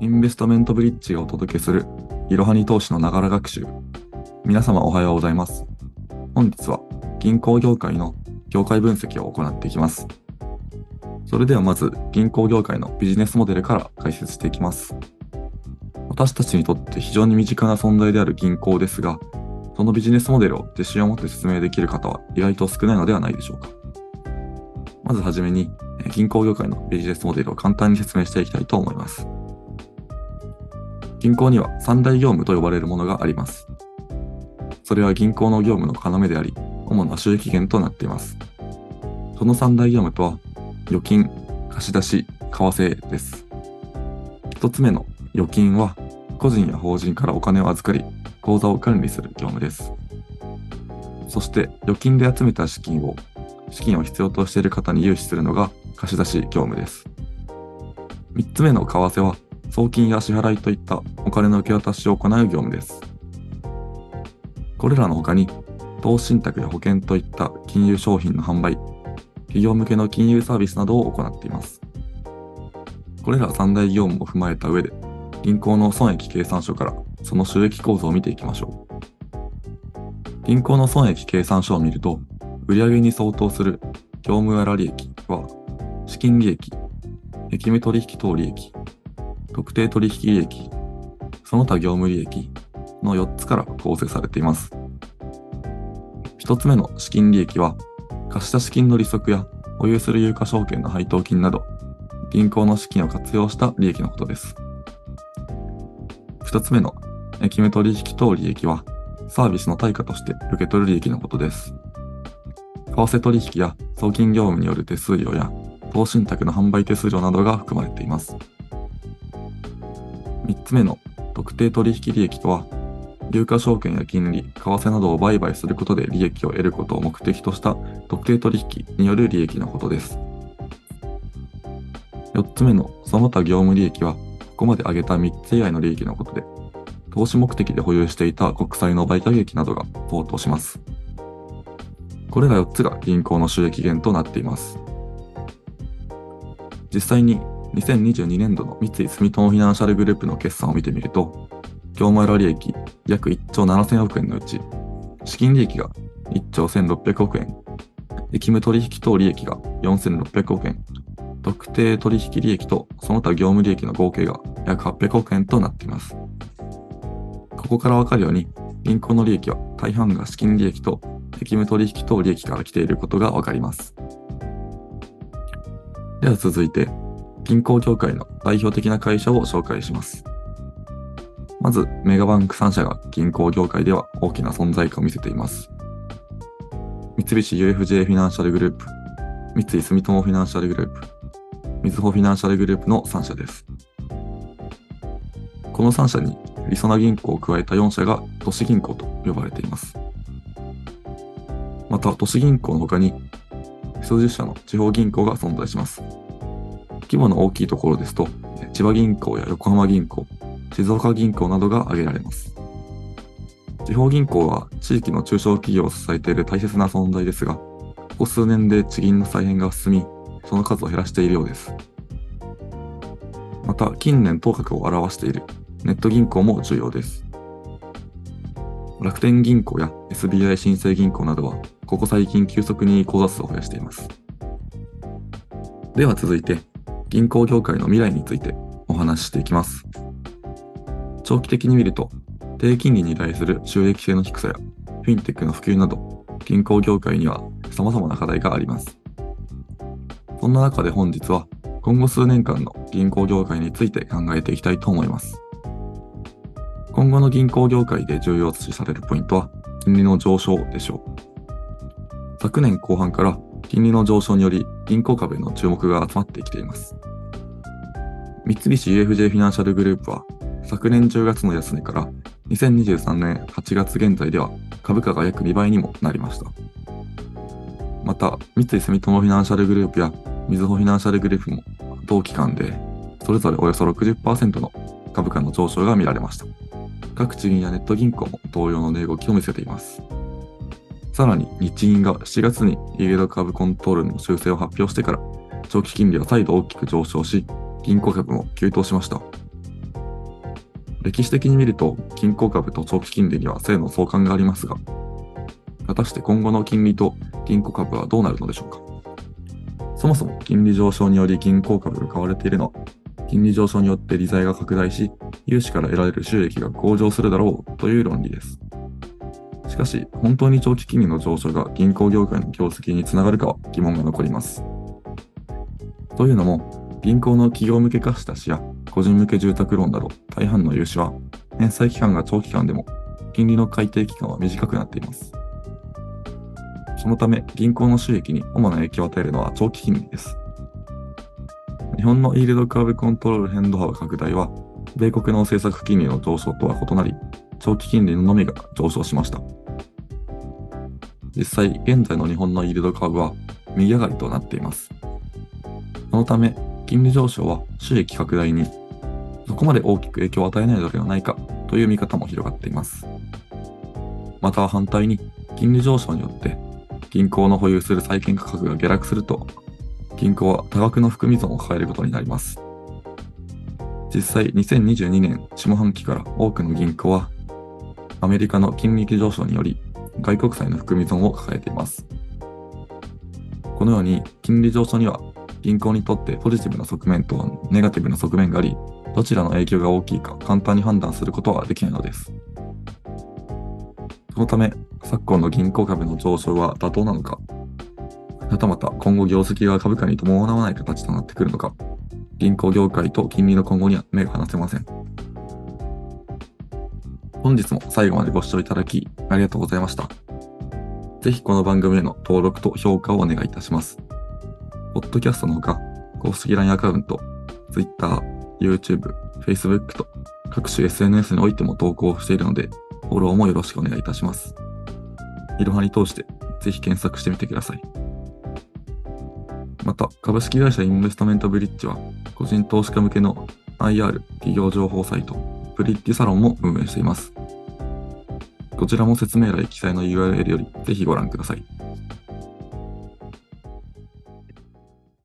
インベストメントブリッジがお届けするいろはに投資のながら学習。皆様おはようございます。本日は銀行業界の業界分析を行っていきます。それではまず銀行業界のビジネスモデルから解説していきます。私たちにとって非常に身近な存在である銀行ですが、そのビジネスモデルを自信を持って説明できる方は意外と少ないのではないでしょうか。まずはじめに銀行業界のビジネスモデルを簡単に説明していきたいと思います。銀行には三大業務と呼ばれるものがあります。それは銀行の業務の要であり、主な収益源となっています。その三大業務とは、預金、貸し出し、為替です。一つ目の預金は、個人や法人からお金を預かり、口座を管理する業務です。そして、預金で集めた資金を必要としている方に融資するのが貸し出し業務です。三つ目の為替は、送金や支払いといったお金の受け渡しを行う業務です。これらの他に、投資信託や保険といった金融商品の販売、企業向けの金融サービスなどを行っています。これら三大業務を踏まえた上で、銀行の損益計算書からその収益構造を見ていきましょう。銀行の損益計算書を見ると、売上に相当する業務粗利益は、資金利益、役務取引等利益、特定取引利益、その他業務利益の4つから構成されています。1つ目の資金利益は、貸した資金の利息や保有する有価証券の配当金など、銀行の資金を活用した利益のことです。2つ目の役務取引等利益は、サービスの対価として受け取る利益のことです。為替取引や送金業務による手数料や投資信託の販売手数料などが含まれています。3つ目の特定取引利益とは、有価証券や金利、為替などを売買することで利益を得ることを目的とした特定取引による利益のことです。4つ目のその他業務利益は、ここまで挙げた3つ以外の利益のことで、投資目的で保有していた国債の売却益などが相当します。これら4つが銀行の収益源となっています。実際に2022年度の三井住友フィナンシャルグループの決算を見てみると、業務粗利益約1兆7000億円のうち、資金利益が1兆1600億円、役務取引等利益が4600億円、特定取引利益とその他業務利益の合計が約800億円となっています。ここからわかるように、銀行の利益は大半が資金利益と役務取引等利益から来ていることがわかります。では続いて、銀行業界の代表的な会社を紹介します。まず、メガバンク3社が銀行業界では大きな存在感を見せています。三菱 UFJ フィナンシャルグループ、三井住友フィナンシャルグループ、みずほフィナンシャルグループの3社です。この3社にりそな銀行を加えた4社が都市銀行と呼ばれています。また、都市銀行の他に数十社の地方銀行が存在します。規模の大きいところですと、千葉銀行や横浜銀行、静岡銀行などが挙げられます。地方銀行は地域の中小企業を支えている大切な存在ですが、ここ数年で地銀の再編が進み、その数を減らしているようです。また、近年頭角を現しているネット銀行も重要です。楽天銀行や SBI 新生銀行などは、ここ最近急速に口座数を増やしています。では続いて、銀行業界の未来についてお話ししていきます。長期的に見ると、低金利に対する収益性の低さやフィンテックの普及など、銀行業界には様々な課題があります。そんな中で本日は、今後数年間の銀行業界について考えていきたいと思います。今後の銀行業界で重要視されるポイントは、金利の上昇でしょう。昨年後半から金利の上昇により銀行株への注目が集まってきています。三菱 UFJ フィナンシャルグループは昨年10月の安値から2023年8月現在では株価が約2倍にもなりました。また、三井住友フィナンシャルグループやみずほフィナンシャルグループも同期間でそれぞれおよそ 60% の株価の上昇が見られました。各地銀やネット銀行も同様の値動きを見せています。さらに日銀が7月にイールドカーブコントロールの修正を発表してから長期金利は再度大きく上昇し、銀行株も急騰しました。 歴史的に見ると、銀行株と長期金利には正の相関がありますが、果たして今後の金利と銀行株はどうなるのでしょうか。そもそも金利上昇により銀行株が買われているのは、金利上昇によって利財が拡大し、融資から得られる収益が向上するだろうという論理です。しかし、本当に長期金利の上昇が銀行業界の業績につながるかは疑問が残ります。というのも、銀行の企業向け貸し出しや個人向け住宅ローンなど大半の融資は、返済期間が長期間でも、金利の改定期間は短くなっています。そのため、銀行の収益に主な影響を与えるのは長期金利です。日本のイールドカーブコントロール変動幅拡大は、米国の政策金利の上昇とは異なり、長期金利のみが上昇しました。実際、現在の日本のイールドカーブは右上がりとなっています。そのため、金利上昇は収益拡大にそこまで大きく影響を与えないのではないかという見方も広がっています。また反対に、金利上昇によって銀行の保有する債券価格が下落すると、銀行は多額の含み損を抱えることになります。実際、2022年下半期から多くの銀行は、アメリカの金利上昇により、外国債の含み損を抱えています。このように、金利上昇には、銀行にとってポジティブな側面とネガティブな側面があり、どちらの影響が大きいか簡単に判断することはできないのです。そのため、昨今の銀行株の上昇は妥当なのか、はたまた今後業績が株価に伴わない形となってくるのか、銀行業界と金利の今後には目が離せません。本日も最後までご視聴いただきありがとうございました。ぜひこの番組への登録と評価をお願いいたします。ポッドキャストのほか、公式 LINE アカウント、Twitter、YouTube、Facebook と各種 SNS においても投稿しているので、フォローもよろしくお願いいたします。いろはに通してぜひ検索してみてください。また、株式会社インベストメントブリッジは、個人投資家向けの IR 企業情報サイト、ブリッジサロンも運営しています。こちらも説明欄記載の URL よりぜひご覧ください。